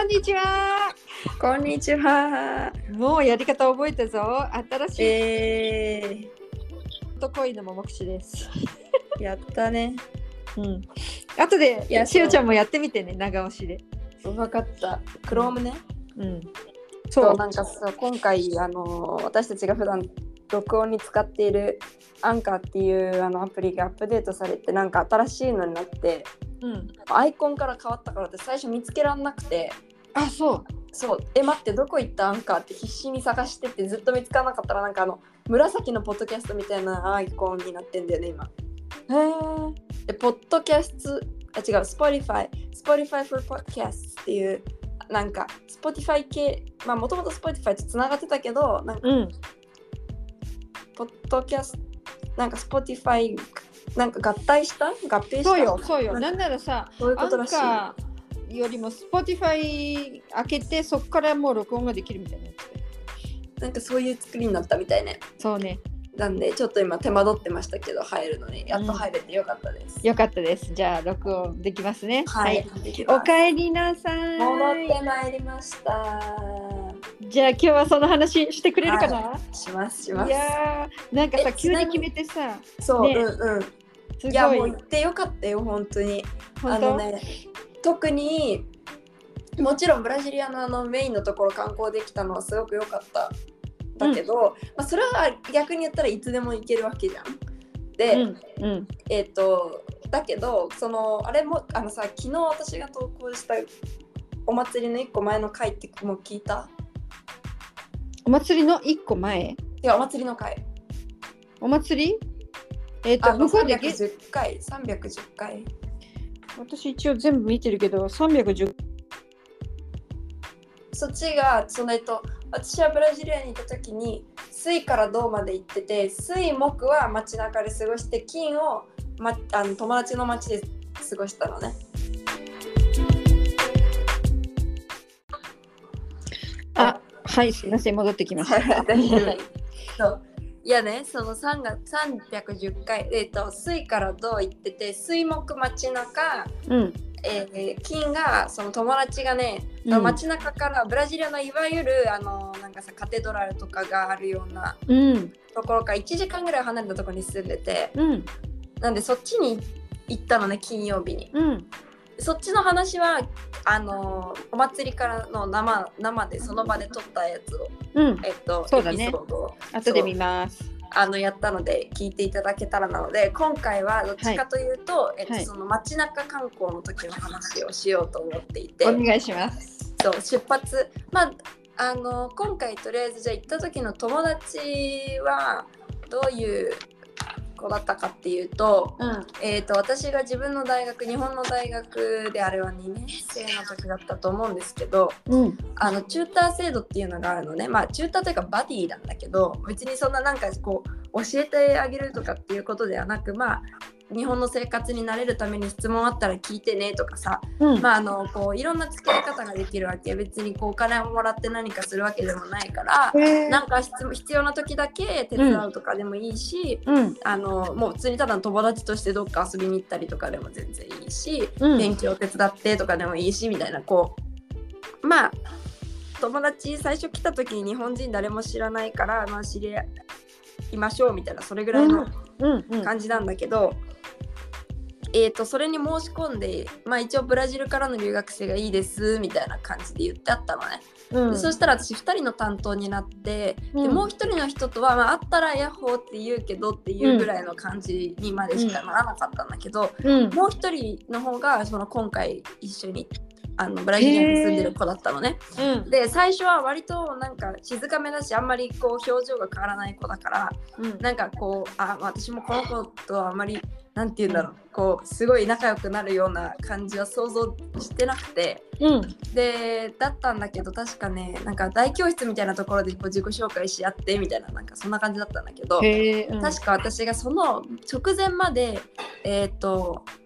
にちは。 こんにちは。 もうやり方覚えたぞ。新しい、と恋の桃口です。 やったね。 後でいやしおちゃんもやってみてね、長押しで。 分かった。Chrome ね。 そうなんかさ、今回私たちが普段録音に使っているアンカーっていうアプリがアップデートされて、なんか新しいのになって、アイコンから変わったからって最初見つけらんなくて。 あ、そう待って、どこ行ったアンカーって必死に探しててずっと見つからなかったら、なんか紫のポッドキャストみたいなアイコンになってんだよね今。でポッドキャストSpotify for Podcasts っていうなんか Spotify 系、もともと Spotify とつながってたけど、なんか、ポッドキャストなんか Spotify なんか合併した。 そうよ。なんならさ、 そういうことらしい。 アンカーよりも Spotify 開けてそこからもう録音ができるみたいなやつ。 なんかそういう作りになったみたいね。 そうね。 なんでちょっと今手間取ってましたけど、入るのにやっと入れてよかったです。 よかったです。じゃあ録音できますね。 はい。 おかえりなさい。 戻ってまいりました。 じゃあ今日はその話してくれるかな？ します。いやー、なんかさ、急に決めてさ。 そう、 ね、 いやもう行ってよかったよ本当に。特にもちろんブラジリアのメインのところ観光できたのはすごく良かっただけど、それは逆に言ったらいつでも行けるわけじゃん。で、だけどあれもさ、昨日私が投稿したお祭りの1個前の回ってもう聞いた？ お祭りの1個前？いや、お祭りの回。 お祭り？向こうで 310回。 私一応全部見てるけど310。 そっちが私はブラジリアにいた時に水から銅まで行ってて、水木は街中で過ごして、金を、友達の町で過ごしたのね。 はい、すみません、戻ってきました。 いやね、その310回、水から銅行ってて、水木街中、金がその友達がね、街中からブラジリアのいわゆるなんかさ、カテドラルとかがあるようなところから1時間ぐらい離れたところに住んでて、なんでそっちに行ったのね、金曜日に。そっちの話はお祭りからの生でその場で撮ったやつを、 そうだね、 エピソードを後で見ます。 やったので聞いていただけたらなので、今回はどっちかというと、その街中観光の時の話をしようと思っていて、 お願いします。 出発、今回とりあえずじゃあ行った時の友達はどういう子だったかっていうと、私が自分の大学、日本の大学であれは2年生の時だったと思うんですけど、チューター制度っていうのがあるのね。チューターというかバディなんだけど、別にそんななんかこう教えてあげるとかっていうことではなく、日本の生活に慣れるために質問あったら聞いてねとかさ、こういろんな付き合い方ができるわけ。別にこうお金をもらって何かするわけでもないから、なんか必要な時だけ手伝うとかでもいいし、もう普通にただの友達としてどっか遊びに行ったりとかでも全然いいし、勉強手伝ってとかでもいいしみたいな、こう友達最初来た時に日本人誰も知らないから、知り合いましょうみたいな、それぐらいの感じなんだけど、それに申し込んで、一応ブラジルからの留学生がいいですみたいな感じで言ってあったのね。でそしたら私2人の担当になって、でもう1人の人とは、会ったらヤッホーって言うけどっていうぐらいの感じにまでしかならなかったんだけど、もう1人の方が今回一緒にブラジリアに住んでる子だったのね。で最初は割となんか静かめだし、あんまりこう表情が変わらない子だから、なんかこう私もこの子とはあまりなんていうんだろう、こうすごい仲良くなるような感じは想像してなくて、でだったんだけど、確かね、なんか大教室みたいなところでこう自己紹介し合ってみたいな、なんかそんな感じだったんだけど、確か私がその直前まで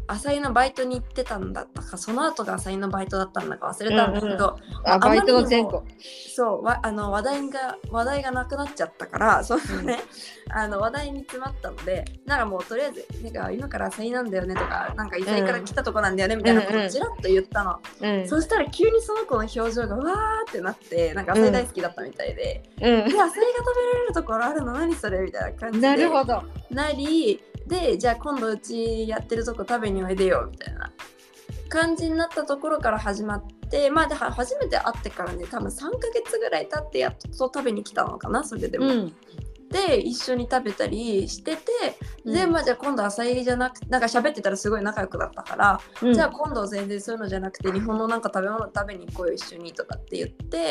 アサイのバイトに行ってたんだったか、その後がアサイのバイトだったんだか忘れたんだけど、 バイトの前後、 そう話題がなくなっちゃったから、そのね、話題に詰まったので、なんかもうとりあえずなんか今からアサイなんだよねとか、なんか異彩から来たとこなんだよねみたいなことをちらっと言ったの、そしたら急にその子の表情がわーってなって、なんかアサイ大好きだったみたいで、でアサイが食べられるところあるの何それみたいな感じでなるほどなりで、じゃあ今度うちやってるとこ食べにおいでよみたいな感じになったところから始まって、まあで初めて会ってからね、多分3ヶ月ぐらい経ってやっと食べに来たのかな、それでも、で一緒に食べたりしてて、でまあじゃあ今度アサイじゃなくて、なんか喋ってたらすごい仲良くなったから、じゃあ今度全然そういうのじゃなくて日本のなんか食べ物食べに行こうよ一緒にとかって言って、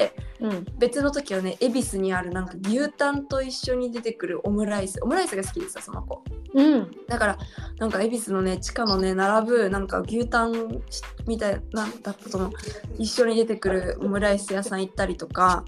別の時はね、恵比寿にあるなんか牛タンと一緒に出てくるオムライスが好きでさ、その子、だからなんか恵比寿のね地下のね並ぶなんか牛タンみたいなんだったと思う、一緒に出てくるオムライス屋さん行ったりとか、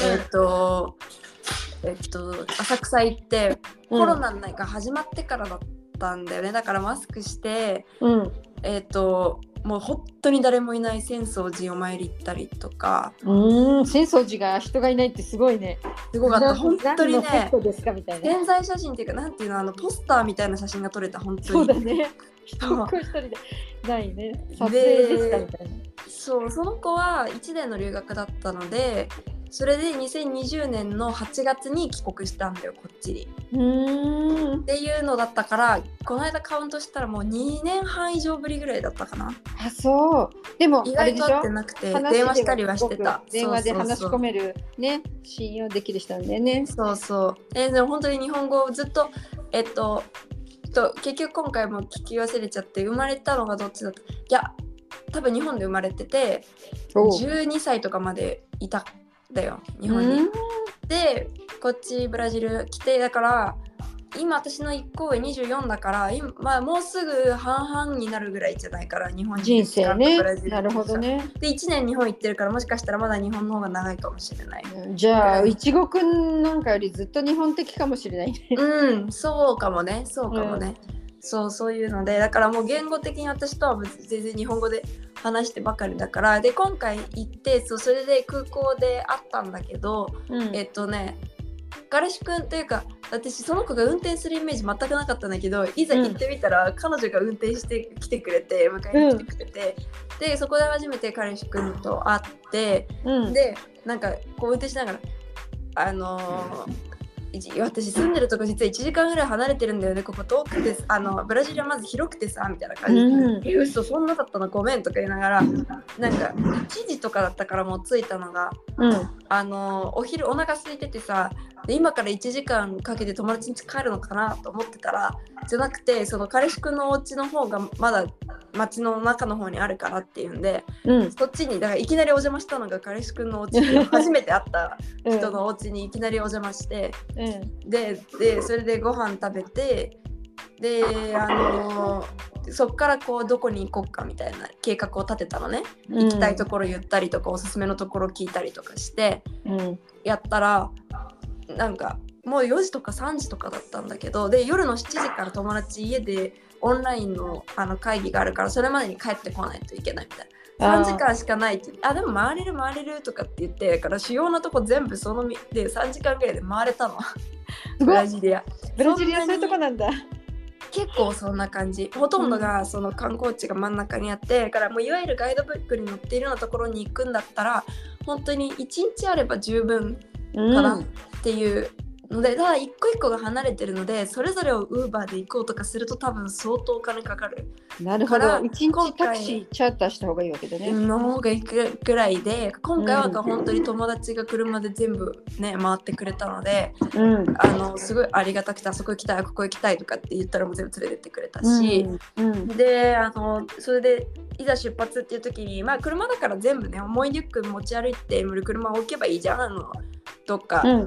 浅草行ってコロナが始まってからだったんだよね、だからマスクして、もう本当に誰もいない浅草寺お参り行ったりとか。 浅草寺が人がいないってすごいね。 すごかった、本当にね。 宣材写真っていうか、なんていうの、ポスターみたいな写真が撮れた、本当に。 そうだね。一人でないね。撮影でしたみたいな。 その子は1年の留学だったので、それで2020年の8月に帰国したんだよ、こっちに。っていうのだったから、この間カウントしたらもう2年半以上ぶりぐらいだったかな。 あ、そう。でも意外と会ってなくて電話したりはしてた。 電話で話し込めるね、信用できる人なんだよね。 でも本当に日本語をずっと結局今回も聞き忘れちゃって、生まれたのがどっちだった。いや多分日本で生まれてて12歳とかまでいただよ、日本に。でこっちブラジル来て、だから今私の1個上24だから今、もうすぐ半々になるぐらいじゃないから、日本人生ね。なるほどね。 で1年日本行ってるから、もしかしたらまだ日本の方が長いかもしれない。 じゃあいちごくんなんかよりずっと日本的かもしれないね。 そうかもね。そういうので、だからもう言語的に私とは全然日本語で話してばかりだから。で今回行ってそれで空港で会ったんだけど、彼氏くんというか、私その子が運転するイメージ全くなかったんだけど、いざ行ってみたら、彼女が運転してきてくれて、迎えに来てくれて、でそこで初めて彼氏くんと会って、でなんかこう運転しながら私住んでるとこ実は1時間ぐらい離れてるんだよね、ここ遠くてブラジルはまず広くてさみたいな感じで、嘘そんなだったのごめんとか言いながら、なんか1時とかだったからもう着いたのが、お昼お腹空いててさ、で今から1時間かけて友達に帰るのかなと思ってたら、じゃなくてその彼氏くんのお家の方がまだ街の中の方にあるからっていうんで、そっちにだからいきなりお邪魔したのが彼氏くんのお家で初めて会った人のお家にいきなりお邪魔して、でそれでご飯食べて、でそっからこうどこに行こうかみたいな計画を立てたのね、行きたいところ言ったりとかおすすめのところ聞いたりとかして、やったらなんかもう4時とか3時とかだったんだけど、で夜の7時から友達家でオンラインの会議があるから、それまでに帰ってこないといけないみたいな、3時間しかないって、でも回れるとかって言って、だから主要なとこ全部そので3時間ぐらいで回れたの。ブラジリアそういうとこなんだ。 結構そんな感じ、ほとんどがその観光地が真ん中にあって、だからもういわゆるガイドブックに載っているようなところに行くんだったら本当に1日あれば十分かなっていうので、ただ一個一個が離れてるので、それぞれをウーバーで行こうとかすると多分相当お金かかる。 なるほど。一日タクシーチャーターした方がいいわけだね。 の方がいくぐらいで、今回は本当に友達が車で全部ね回ってくれたので、すごいありがたくて、あそこ行きたいここ行きたいとかって言ったらもう全部連れてってくれたし、でそれでいざ出発っていう時に、車だから全部ね重いリュック持ち歩いて車を置けばいいじゃん、どっか、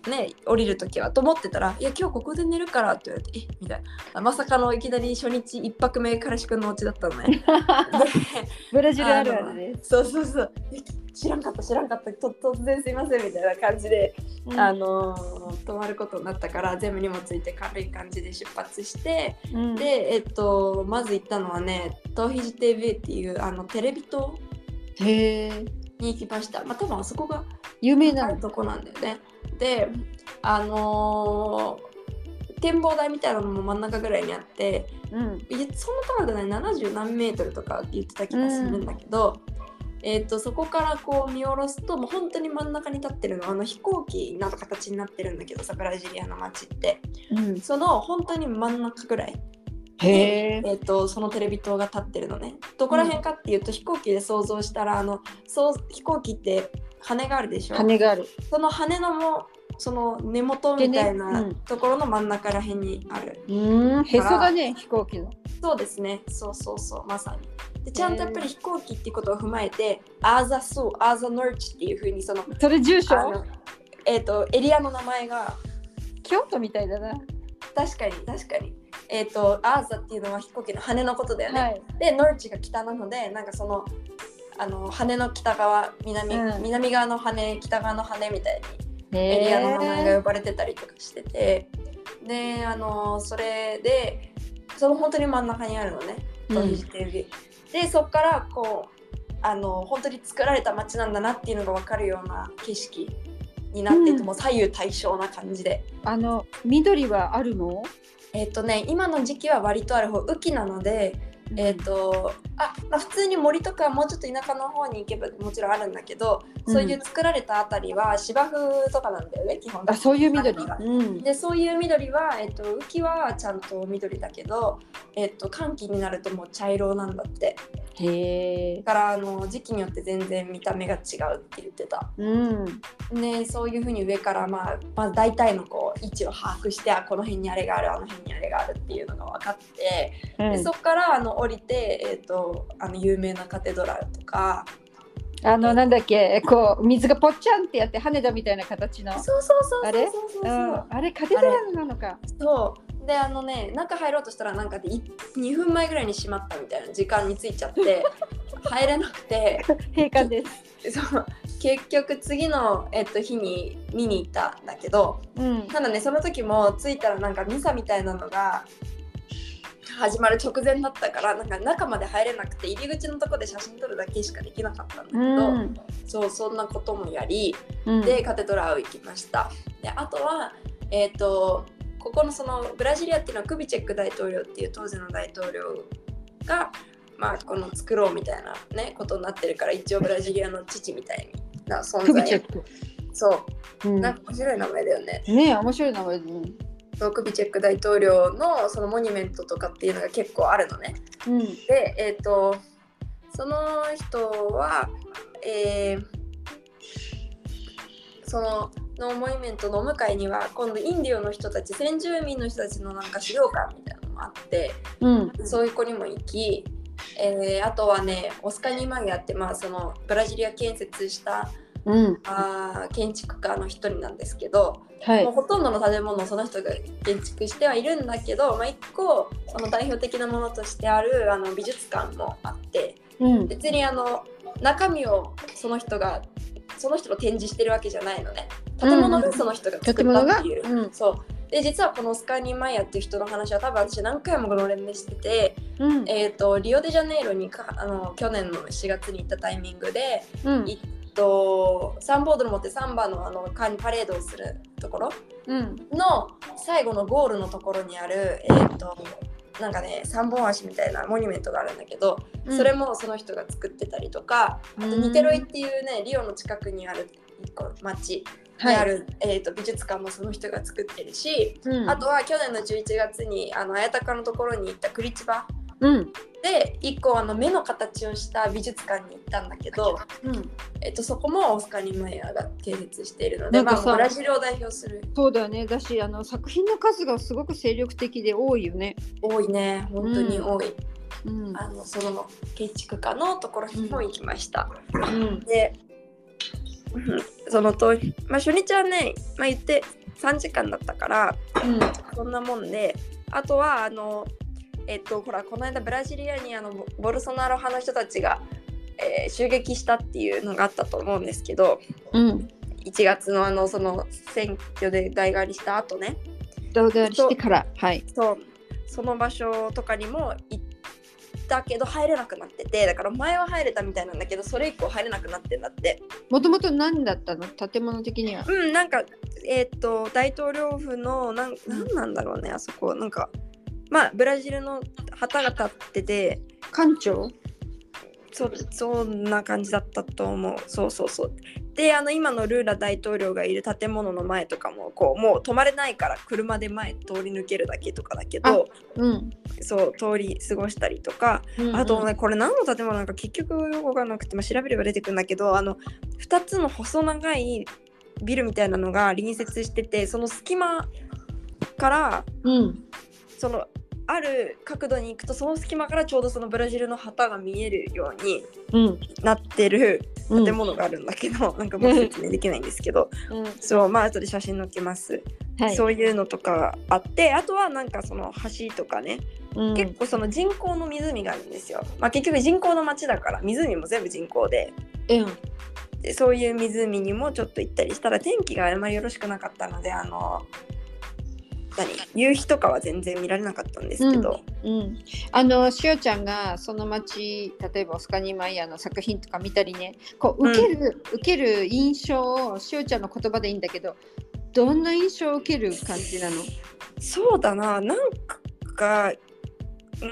ね降りるときはと思ってたら、いや今日ここで寝るからって言われて、みたいな、まさかのいきなり初日1泊目彼氏くんのお家だったのね。 ブラジルあるあるです。 そうそうそう、知らんかった突然すいませんみたいな感じで、泊まることになったから、全部荷物ついて軽い感じで出発して、でまず行ったのはね、トーヒジ TV っていうテレビ塔に行きました。多分あそこが有名なとこなんだよね。で展望台みたいなのも真ん中ぐらいにあって、そんな高くない、70何メートルとかって言ってた気がするんだけど、そこからこう見下ろすと、もう本当に真ん中に立ってるの、飛行機の形になってるんだけどさ、ブラジリアの街って、その本当に真ん中ぐらいに、そのテレビ塔が立ってるのね。どこら辺かっていうと、飛行機で想像したら飛行機って羽があるでしょ。 羽がある。 その羽のもその根元みたいなところの真ん中ら辺にある。 へそがね、飛行機の。 そうですね、そうまさに。でちゃんとやっぱり飛行機っていうことを踏まえて、アーザスー、アーザノルチっていう風にそれ住所？ エリアの名前が京都みたいだな。 確かに。アーザっていうのは飛行機の羽のことだよね。で、ノルチが北なので、なんかその羽の北側、南側の羽、北側の羽みたいにエリアの名前が呼ばれてたりとかしてて、でそれで本当に真ん中にあるのね、でそこからこう本当に作られた街なんだなっていうのが分かるような景色になってて、もう左右対称な感じで。 緑はあるの？ 今の時期は割とある方、雨季なので、普通に森とかもうちょっと田舎の方に行けばもちろんあるんだけど、そういう作られたあたりは芝生とかなんだよね、基本的に。 そういう緑、 でそういう緑は、雨季はちゃんと緑だけど、寒気になるともう茶色なんだって。だから時期によって全然見た目が違うって言ってた。ね、そういう風に上から、まあ、大体のこう位置を把握して、この辺にあれがある、あの辺にあれがあるっていうのが分かって、でそこから降りて、有名なカテドラルとか、 なんだっけ、こう水がポッチャンってやって羽田みたいな形の、あれカテドラルなのか。 そうで中入ろうとしたらなんかで2分前ぐらいに閉まったみたいな時間についちゃって入れなくて閉館です。 そう結局次の、日に見に行ったんだけど、ただね、その時も着いたらなんかミサみたいなのが始まる直前だったから、なんか中まで入れなくて入り口のとこで写真撮るだけしかできなかったんだけど、そんなこともやり、でカテドラル行きました。であとはここのそのブラジリアっていうのはクビチェック大統領っていう当時の大統領が、この作ろうみたいなねことになってるから、一応ブラジリアの父みたいな存在。クビチェック。そう、なんか面白い名前だよね。 ね、面白い名前だね。 クビチェック大統領のそのモニュメントとかっていうのが結構あるのね。でその人はそのモニュメントの向かいには今度インディオの人たち、先住民の人たちのなんか資料館みたいなのもあって、そういう子にも行き、あとはね、オスカニマギアって、そのブラジリア建設した、建築家の一人なんですけど、もうほとんどの建物をその人が建築してはいるんだけど、一個その代表的なものとしてある美術館もあって、別に中身をその人が展示してるわけじゃないのね。建物がその人が作ったっていう。そうで、実はこのオスカーニー・マイヤっていう人の話は多分私何回もこの連名してて、リオデジャネイロに去年の4月に行ったタイミングで、サンボードル持ってサンバのパレードをするところの最後のゴールのところにある、なんかね、3本足みたいなモニュメントがあるんだけど、それもその人が作ってたりとか、あとニテロイっていうね、リオの近くにある一個町にある、美術館もその人が作ってるし、あとは去年の11月に綾鷹のところに行ったクリチバで一個目の形をした美術館に行ったんだけど、そこもオスカーニ・マイヤーが建設しているので、ブラジルを代表する。 そうだよね。だし作品の数がすごく精力的で多いよね。 多いね、本当に多い。その建築家のところにも行きました。でそのと、まあ、初日はね、まあ、言って3時間だったから、そんなもんで、あとはほらこの間ブラジリアにボルソナロ派の人たちが、襲撃したっていうのがあったと思うんですけど、1月のその選挙で代替わりした後ね、 代替わりしてから、はい、 その場所とかにも行ったけど入れなくなってて、だから前は入れたみたいなんだけど、それ以降入れなくなってんだって。 もともと何だったの、建物的には。 なんか大統領府のなんなんだろうね、あそこなんかまあブラジルの旗が立ってて、 館長、 そんな感じだったと思う。そうで、今のルーラ大統領がいる建物の前とかもこうもう止まれないから車で前通り抜けるだけとかだけど、そう通り過ごしたりとか、あとね、これ何の建物なんか結局よくわからなくて、まあ、調べれば出てくるんだけど、2つの細長いビルみたいなのが隣接してて、その隙間から、そのある角度に行くと、その隙間からちょうどそのブラジルの旗が見えるようになってる建物があるんだけど、なんかもう説明できないんですけど、そう、まあ後で写真載っけます、そういうのとかあって、あとはなんかその橋とかね、結構その人工の湖があるんですよ。まあ結局人工の町だから湖も全部人工で、でそういう湖にもちょっと行ったりしたら、天気があまりよろしくなかったので、夕日とかは全然見られなかったんですけど、 しおちゃんがその街、例えばオスカニー・マイヤーの作品とか見たりね、こう受ける印象をしおちゃんの言葉でいいんだけど、どんな印象を受ける感じなの？ そうだな、なんか街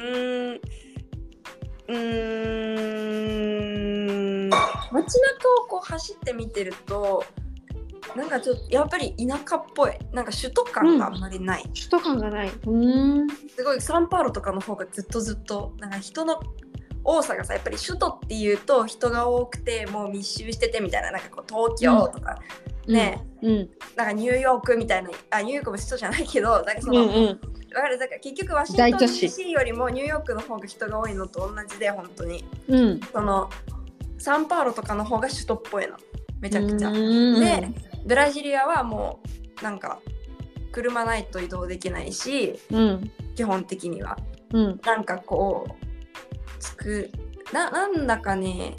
中をこう走って見てると、なんかちょっとやっぱり田舎っぽい、なんか首都感があんまりない、 首都感がない、 すごいサンパウロとかの方がずっとなんか人の多さがさ、やっぱり首都っていうと人が多くてもう密集しててみたいな、なんかこう東京とか、なんかニューヨークみたいな、ニューヨークも首都じゃないけど、なんかその、だから結局ワシントン DC よりもニューヨークの方が人が多いのと同じで、本当に、そのサンパウロとかの方が首都っぽいの、めちゃくちゃ。でブラジリアはもうなんか車ないと移動できないし、基本的には、なんかこうなんだかね、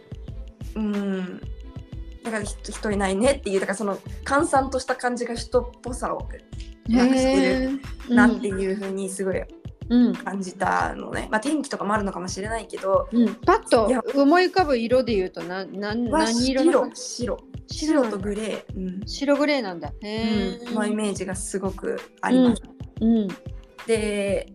だから人いないねっていう、だからその閑散とした感じが首都っぽさをなくしてるなっていう風にすごい感じたのね。まあ天気とかもあるのかもしれないけど、 パッと思い浮かぶ色で言うと何色なの？ 白とグレー、 白グレーなんだ。 のイメージがすごくあります。で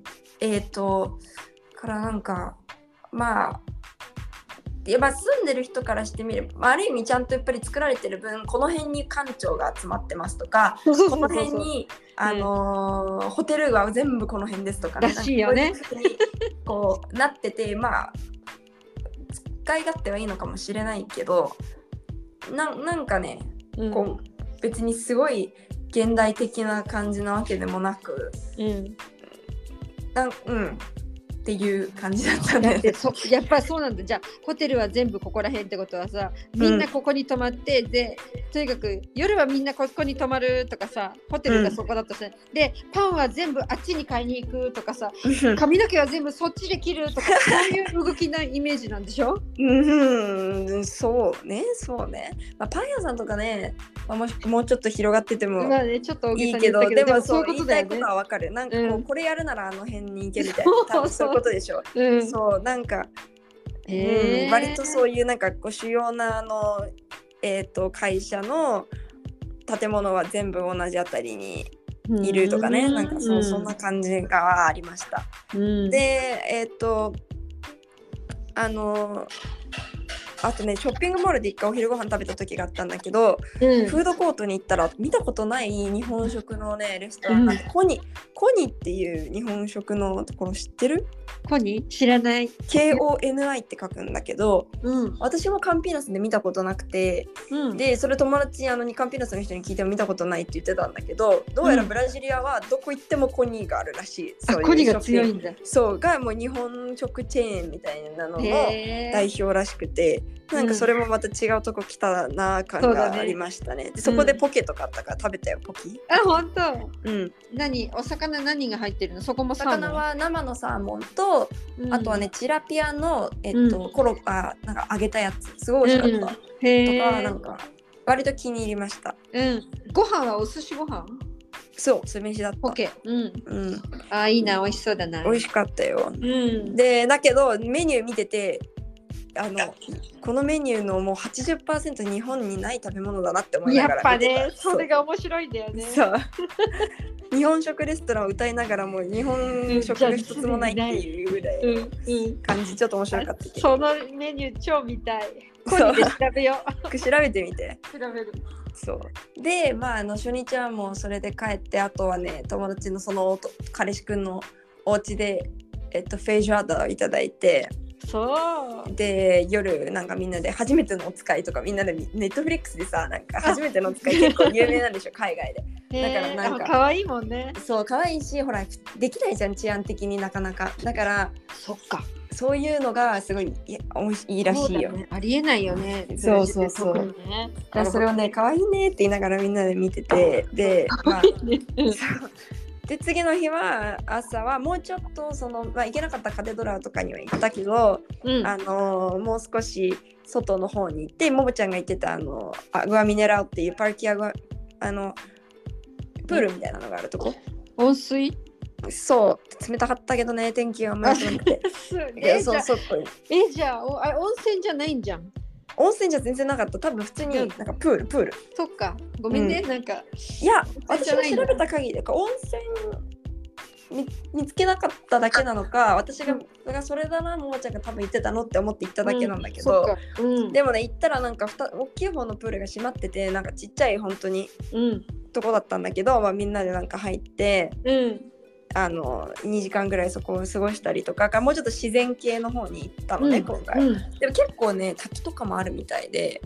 からなんかまあ住んでる人からしてみれば、ある意味ちゃんとやっぱり作られてる分、この辺に館長が集まってますとか、この辺にホテルは全部この辺ですとかね、 らしいよね、 こうなってて、まあ使い勝手はいいのかもしれないけど、なんかね、こう別にすごい現代的な感じなわけでもなく、っていう感じだったね。 やっぱりそうなんだ。じゃあホテルは全部ここら辺ってことはさ、みんなここに泊まって、でとにかく夜はみんなここに泊まるとかさ、ホテルがそこだとして、でパンは全部あっちに買いに行くとかさ、髪の毛は全部そっちで切るとか、そういう動きなイメージなんでしょ？ そうね、まあ、パン屋さんとかね、もうちょっと広がっててもちょっといいけど、でもそう言いたいことはわかる。なんかこれやるならあの辺に行けみたいな、多分そういうことでしょ。そうなんか、割とそういうなんかこう主要な会社の建物は全部同じあたりにいるとかね、なんかそんな感じがありました。であとね、ショッピングモールで一回お昼ご飯食べた時があったんだけど、フードコートに行ったら見たことない日本食のねレストランなんで、コニっていう日本食のところ知ってる？ コニ？知らない。 KONI って書くんだけど、私もカンピナスで見たことなくて、でそれ友達カンピナスの人に聞いても見たことないって言ってたんだけど、どうやらブラジリアはどこ行ってもコニがあるらしい。そういうコニが強いんだ。 そうがもう日本食チェーンみたいなのの代表らしくて、 なんかそれもまた違うとこ来たな感がありましたね。でそこでポケとかあったから食べたよ、ポキ。 あ、本当。 うん。 お魚何が入ってるの？そこもサーモン。 魚は生のサーモンと、あとはねチラピアのなんか揚げたやつすごい美味しかった。とかなんか割と気に入りました。 ご飯はお寿司ご飯？ そう、酢飯だった。 ポケ。あ、いいな、美味しそうだな。 美味しかったよ。でだけどメニュー見てて。このメニューのもう 80% 日本にない食べ物だなって思いながら見てた。 やっぱね、それが面白いんだよね。 そう日本食レストランを歌いながらも日本食が一つもないっていうぐらい感じ、ちょっと面白かったけど、 そのメニュー超見たい。今度で調べよう。 調べてみて。 調べる。 そうで初日はもうそれで帰って、あとはね友達のその彼氏くんのお家でフェイジュアダをいただいて、 そうで夜なんかみんなで初めてのお使いとかみんなでネットフリックスでさ、なんか初めてのお使い結構有名なんでしょ海外で。だからなんか可愛いもんね。 そう可愛いし、ほらできないじゃん治安的になかなか。だからそっか、 そういうのがすごいいいらしいよ。 ありえないよね。 そうそうそう。だからそれをね可愛いねって言いながらみんなで見てて、でで次の日は朝はもうちょっと行けなかったカテドラルとかには行ったけど、もう少し外の方に行って、ももちゃんが言ってたアグアミネラルっていうパーキアグアプールみたいなのがあるとこ。 温水？ そう冷たかったけどね、天気があんまり良くなくて。 じゃあ温泉じゃないんじゃん。 温泉じゃ全然なかった。多分普通になんかプール。 そっか、ごめんね、なんかいや私が調べた限りで温泉見つけなかっただけなのか、私がそれだな、ももちゃんが多分言ってたのって思って行っただけなんだけど、でもね行ったらなんか大きい方のプールが閉まってて、なんかちっちゃい本当に、とこだったんだけど、みんなでなんか入って、2時間ぐらいそこを過ごしたりとか、もうちょっと自然系の方に行ったのね、今回。でも結構ね滝とかもあるみたいで、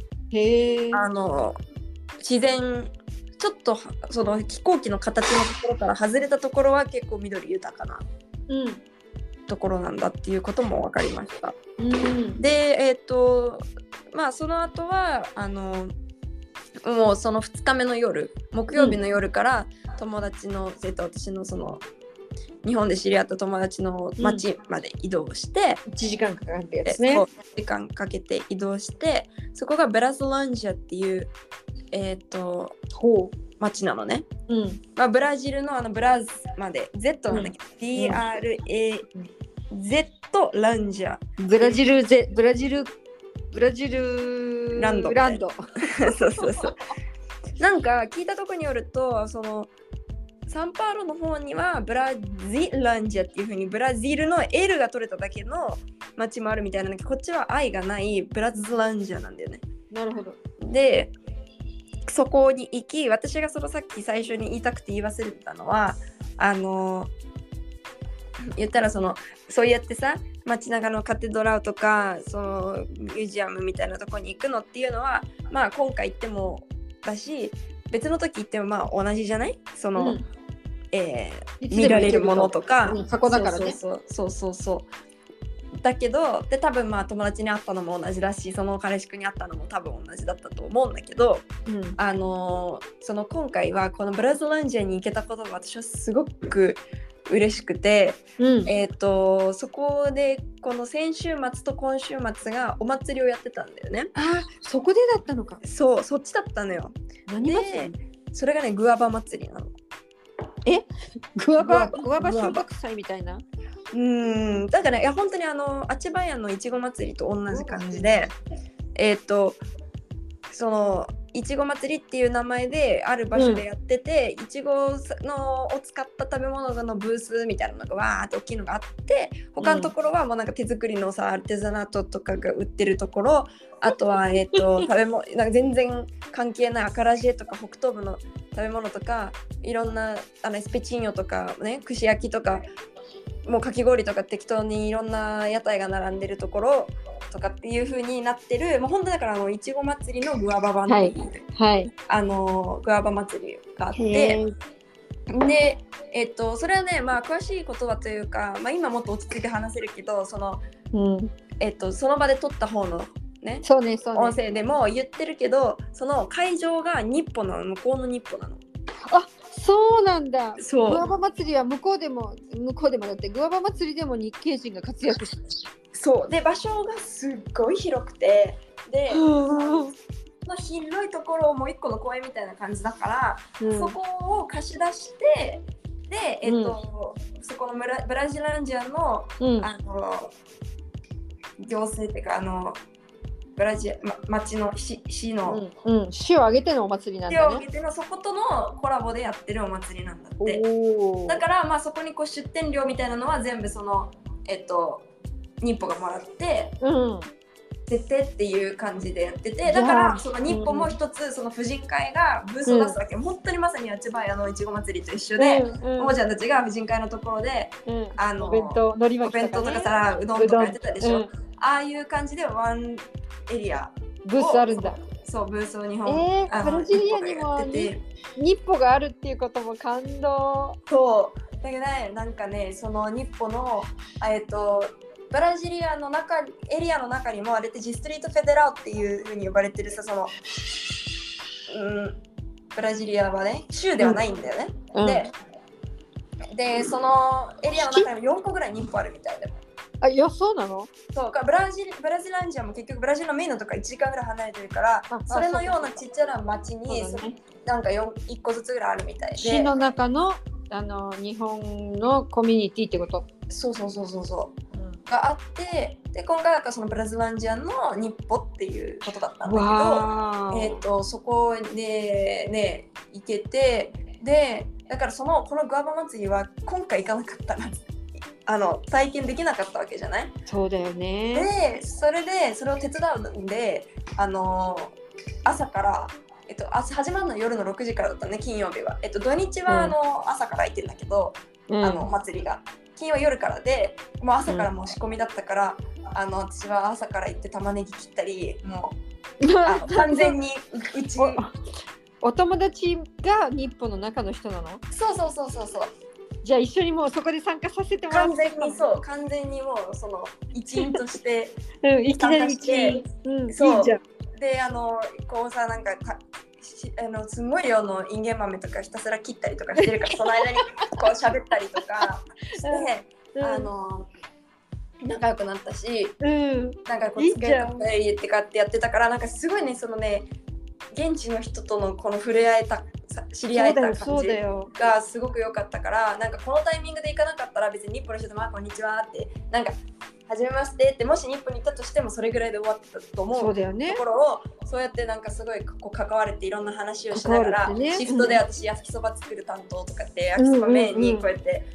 自然ちょっとその飛行機の形のところから外れたところは結構緑豊かなところなんだっていうことも分かりました。でその後はもうその2日目の夜、木曜日の夜から友達の私のその日本で知り合った友達の町まで移動して、 1時間かかってやつね。 1時間かけて移動して、そこがブラズランジャっていう町なのね。ブラジルのブラズまで Z なんだけど、BRAZ ランジャ。 ブラジルランド。 そうなんか聞いたとこによると、そのサンパウロの方にはブラジランジャっていう風にブラジルの L が取れただけの町もあるみたいなんだけど、こっちは I がないブラズランジャなんだよね。 なるほど。でそこに行き、私がさっき最初に言いたくて言い忘れてたのは、言ったらそうやってさ街中のカテドラルとかそのミュージアムみたいなとこに行くのっていうのは、今回行ってもだし別の時行っても同じじゃない？見られるものとか、 箱だからね。 そうだけど、で多分友達に会ったのも同じだし、その彼氏くんに会ったのも多分同じだったと思うんだけど、今回はこのブラズランジャに行けたことが私はすごく嬉しくて、そこでこの先週末と今週末がお祭りをやってたんだよね。 そこでだったのか。 そっちだったのよ。 何祭り？ それがねグアバ祭りなの。 グアバ収穫祭みたいな。 だからね、本当にあちばやのいちご祭りと同じ感じで、そのいちご祭りっていう名前である場所でやってて、いちごを使った食べ物のブースみたいなのがわーって大きいのがあって、他のところはもうなんか手作りのアルテザナートとかが売ってるところ、あとは食べ物なんか全然関係ないアカラジエとか北東部の食べ物とか、いろんなスペチーニョとかね、串焼きとかもうかき氷とか適当にいろんな屋台が並んでるところとかっていう風になってる、もう本当だからいちご祭りのグアバ版っていう、グアバ祭りがあって、でそれはね詳しいことはというか、今もっと落ち着いて話せるけど、その場で撮った方のね、 そうねそうね、 音声でも言ってるけど、その会場が日本なの、向こうの日本なの。 あ、そうなんだ。 そうグアバ祭りは向こうでもだって、グアバ祭りでも日系人が活躍してそうで、場所がすっごい広くて、でその広いところをもう一個の公園みたいな感じだから、そこを貸し出して、で、そこのブラジランジアの、行政っていうかブラジル、町の市の、 市を挙げてのお祭りなんだね。 市を挙げてのそことのコラボでやってるお祭りなんだって。だからそこにこう出店料みたいなのは全部その日本がもらって、絶対っていう感じでやってて、だからその日本も一つその婦人会がブースを出すわけ、本当にまさにあっちばいいちご祭りと一緒で、おもちゃんたちが婦人会のところで、 お弁当とかさ、うどんとかやってたでしょ。ああいう感じでワンエリアブースあるんだ。 そうブースを日本、 ブラジリアにも日本があるっていうことも感動。 そうだけどね、なんかね、その日本のブラジリアのエリアの中にもあれってジストリートフェデラルっていう風に呼ばれてるさ、そのブラジリアはね州ではないんだよね、でそのエリアの中にも4個ぐらい日本あるみたいで。 いや、そうなの？ そうか、ブラジランジアも結局ブラジルのメインのとこから1時間ぐらい離れてるから、それのようなちっちゃな町になんか1個ずつぐらいあるみたいで、 市の中の日本のコミュニティってこと？ そうがあって、で今回はそのブラジランジアの日本っていうことだったんだけど、そこでね行けて、でだからこのグアバ祭りは今回行かなかったら体験できなかったわけじゃない？ そうだよね。 でそれを手伝うんで、朝から、始まるのは夜の6時からだったね、金曜日は。土日は朝から行ってんだけど、祭りが金曜夜からで、もう朝からもう仕込みだったから、私は朝から行って玉ねぎ切ったり、もう完全にうちお友達が日本の中の人なの？ そうじゃあ一緒にもうそこで参加させてもらう。 完全にもうその一員としていきなり一員、 そうでこうさ、なんかすごい量のインゲン豆とかひたすら切ったりとかしてるから、その間にこう喋ったりとかして仲良くなったし、なんかこう机とか入れてかってやってたから、なんかすごいね、そのね現地の人とのこの触れ合えた、知り合えた感じがすごく良かったから、なんかこのタイミングで行かなかったら別に日本の人でもこんにちはってなんかはじめましてってもし日本に行ったとしてもそれぐらいで終わってたと思うところを、そうやってなんかすごいこう関われていろんな話をしながら、シフトで私焼きそば作る担当とかって焼きそば麺にこうやって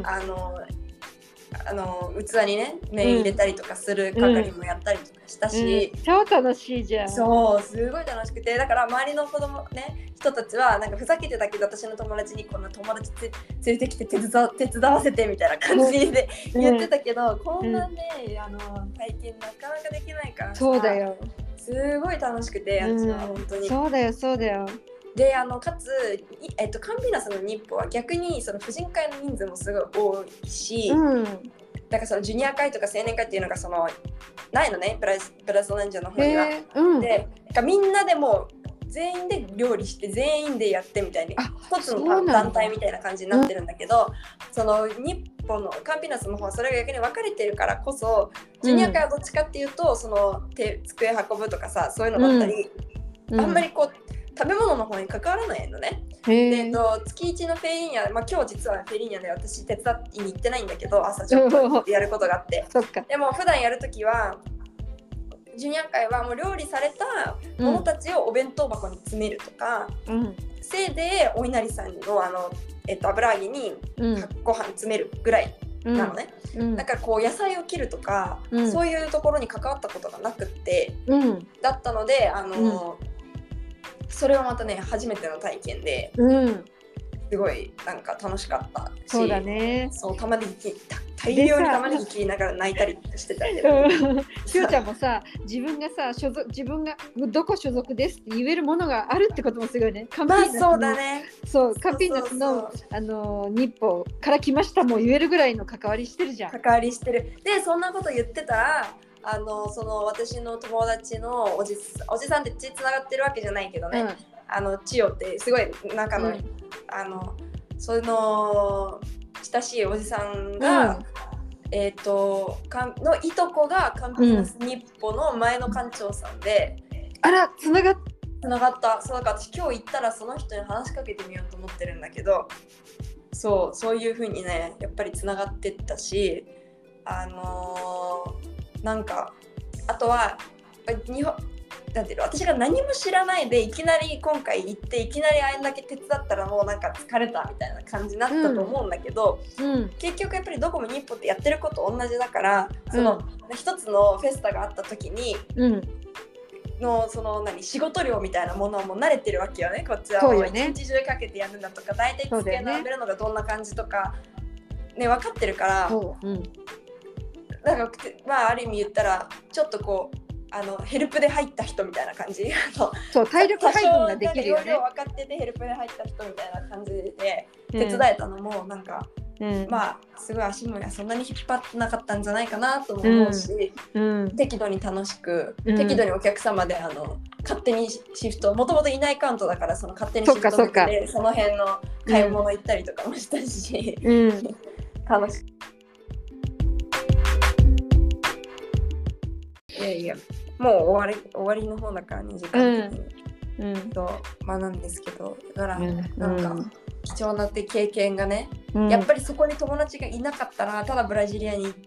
器にね麺入れたりとかする係もやったりとかしたし、 超楽しいじゃん。 そうすごい楽しくて、だから周りの子供ね人たちはなんかふざけてたけど、私の友達にこんな友達連れてきて手伝わせてみたいな感じで言ってたけど、こんなね体験なかなかできないからさ。 そうだよ、 すごい楽しくて、私は本当に。 そうだよ。 でかつカンピナスの日本は逆にその婦人会の人数もすごい多いし、だからそのジュニア会とか青年会っていうのがそのないのね、ブラジルンジャの方には。でみんなでも全員で料理して全員でやってみたいに一つの団体みたいな感じになってるんだけど、その日本のカンピナスの方はそれが逆に分かれてるからこそ、ジュニア会はどっちかっていうとその机運ぶとかさ、そういうのだったり、あんまりこう食べ物の方に関わらないのね。で月1のフェリーニャ、今日実はフェリーニャで私手伝いに行ってないんだけど、朝ちょっとやることがあってでも普段やるときはジュニア会はもう料理されたものたちをお弁当箱に詰めるとか、せいでお稲荷さんの油揚げにご飯詰めるぐらいなのね。だからこう野菜を切るとか、そういうところに関わったことがなくって、だったのでそれはまたね初めての体験で、すごいなんか楽しかったし、 そうだね。 そう大量に玉ねぎ切りながら泣いたりしてたけど、 しおちゃんもさ、自分がどこ所属ですって言えるものがあるってこともすごいね。 そうだね。 そう、カンピーナスの日本から来ましたも言えるぐらいの関わりしてるじゃん。 関わりしてる。でそんなこと言ってたらその私の友達のおじさんって血つながってるわけじゃないけどね、千代ってすごい仲の、その親しいおじさんが、のいとこがカンピナス日報の前の館長さんで、 あら、つながった。 そうだから私今日行ったらその人に話しかけてみようと思ってるんだけど、そういう風にねやっぱりつながってったし、なんかあとは日本なんていうの、私が何も知らないでいきなり今回行っていきなりあれだけ手伝ったらもうなんか疲れたみたいな感じになったと思うんだけど、結局やっぱりどこも日本ってやってること同じだから、その一つのフェスタがあった時に、その仕事量みたいなものはもう慣れてるわけよね。こっちはもう一日中かけてやるんだとか、大体机並べるのがどんな感じとかね分かってるから、なんかまあある意味言ったらちょっとこうヘルプで入った人みたいな感じそう体力配分ができるよね。 分かっててヘルプで入った人みたいな感じで手伝えたのもなんか、まあすごい足もそんなに引っ張ってなかったんじゃないかなと思うし、適度に楽しく、適度にお客様で勝手にシフト、もともといないカウントだからその勝手にシフトでその辺の買い物行ったりとかもしたし、楽しい。いやもう終わりの方だから2時間的に、まあなんですけど、だからなんか貴重なって経験がね、やっぱりそこに友達がいなかったらただブラジリアに行って、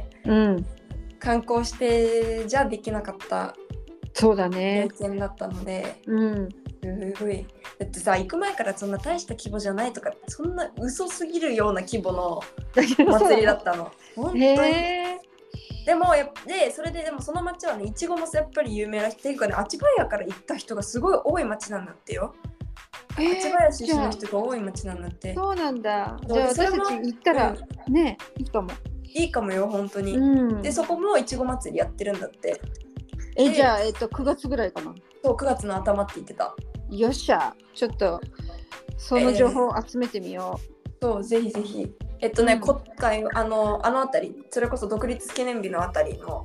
観光してじゃできなかった経験だったので、すごい。だってさ、行く前からそんな大した規模じゃないとか、そんな嘘すぎるような規模の祭りだったの。本当に。でもそれででもその町はね、いちごもやっぱり有名な人っていうかね、アチバヤから行った人がすごい多い町なんだってよ。アチバヤ出身の人が多い町なんだって。 そうなんだ。じゃあ私たち行ったら、ね、いいかも。 いいかもよ、本当に。で、そこもいちご祭りやってるんだって。 じゃあ、9月ぐらいかな。 そう、9月の頭って言ってた。 よっしゃ、ちょっとその情報を集めてみよう。そう、ぜひぜひ。今回あの辺り、それこそ独立記念日のあたりの、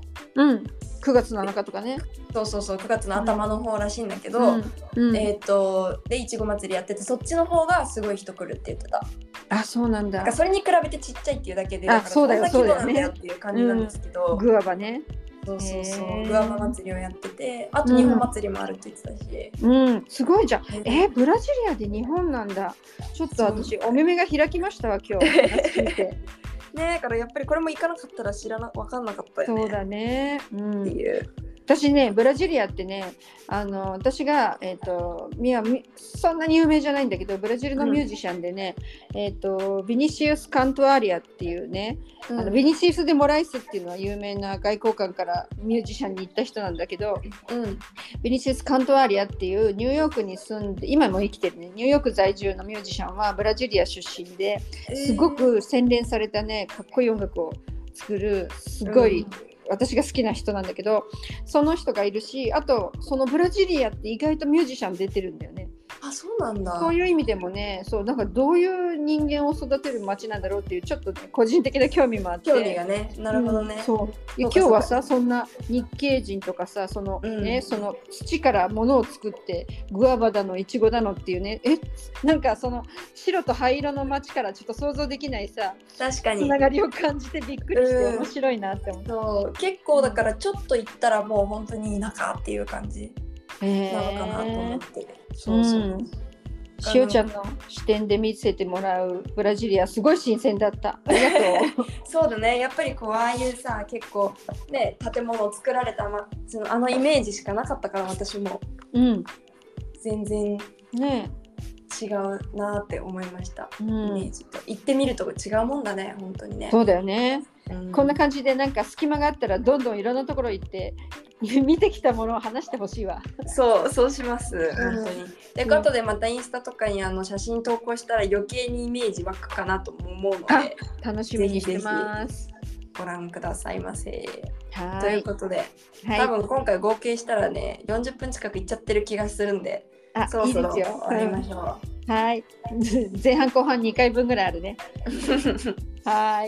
9月7日とかね。 そう9月の頭の方らしいんだけど、でいちご祭りやってて、そっちの方がすごい人来るって言ってた。 あ、そうなんだ。 それに比べてちっちゃいっていうだけで、だからそうだよ、 こんな規模なんだよっていう感じなんですけど、 グアバね。 そうグアバ祭りをやってて、あと日本祭りもあるって言ってたし、 すごいじゃん。ブラジリアで日本なんだ。ちょっと私お目目が開きましたわ今日。ね、 だからやっぱりこれも行かなかったら分かんなかったよね。 そうだね。 っていう。 私ね、ブラジリアってね、私が、そんなに有名じゃないんだけど、ブラジルのミュージシャンでね、ビニシウス・カントアリアっていうね、ビニシウス・デ・モライスっていうのは有名な外交官からミュージシャンに行った人なんだけど、ビニシウス・カントアリアっていうニューヨークに住んで、今も生きてるね、ニューヨーク在住のミュージシャンはブラジリア出身で、すごく洗練されたね、かっこいい音楽を作る、すごい、私が好きな人なんだけど、その人がいるし、あとそのブラジリアって意外とミュージシャン出てるんだよね。 あ、そうなんだ。 そういう意味でもね、なんかどういう人間を育てる街なんだろうっていうちょっと、ね、個人的な興味もあって。 興味がね、なるほどね。 今日はさ、そんな日系人とかさ、その土から物を作ってグアバだのイチゴだのっていうね、なんかその白と灰色の街からちょっと想像できないさ、 確かにつながりを感じてびっくりして面白いなって思った。 そう、結構だからちょっと行ったらもう本当に田舎っていう感じなのかなと思って。 しおちゃんの視点で見せてもらうブラジリアすごい新鮮だった。ありがとう。 そうだね、やっぱりこうああいうさ、結構ね建物を作られた、イメージしかなかったから、私も、全然ね違うなって思いました。イメージと行ってみると違うもんだね、本当にね。そうだよね。こんな感じでなんか隙間があったらどんどんいろんなところ行って見てきたものを話してほしいわ。そうします、本当に。ということで、またインスタとかに写真投稿したら余計にイメージ湧くかなと思うので、楽しみにしてます。ご覧くださいませ。ということで、多分今回合計したらね40分近くいっちゃってる気がするんで、そろそろ終わりましょう。はい。前半後半2回分ぐらいあるね。はい。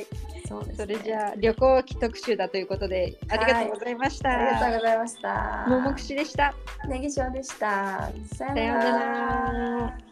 そうですね。 それじゃあ旅行記特集だということでありがとうございました。 ありがとうございました。 ももくしでした。 ねぎしおでした。さようなさようなら。 ら。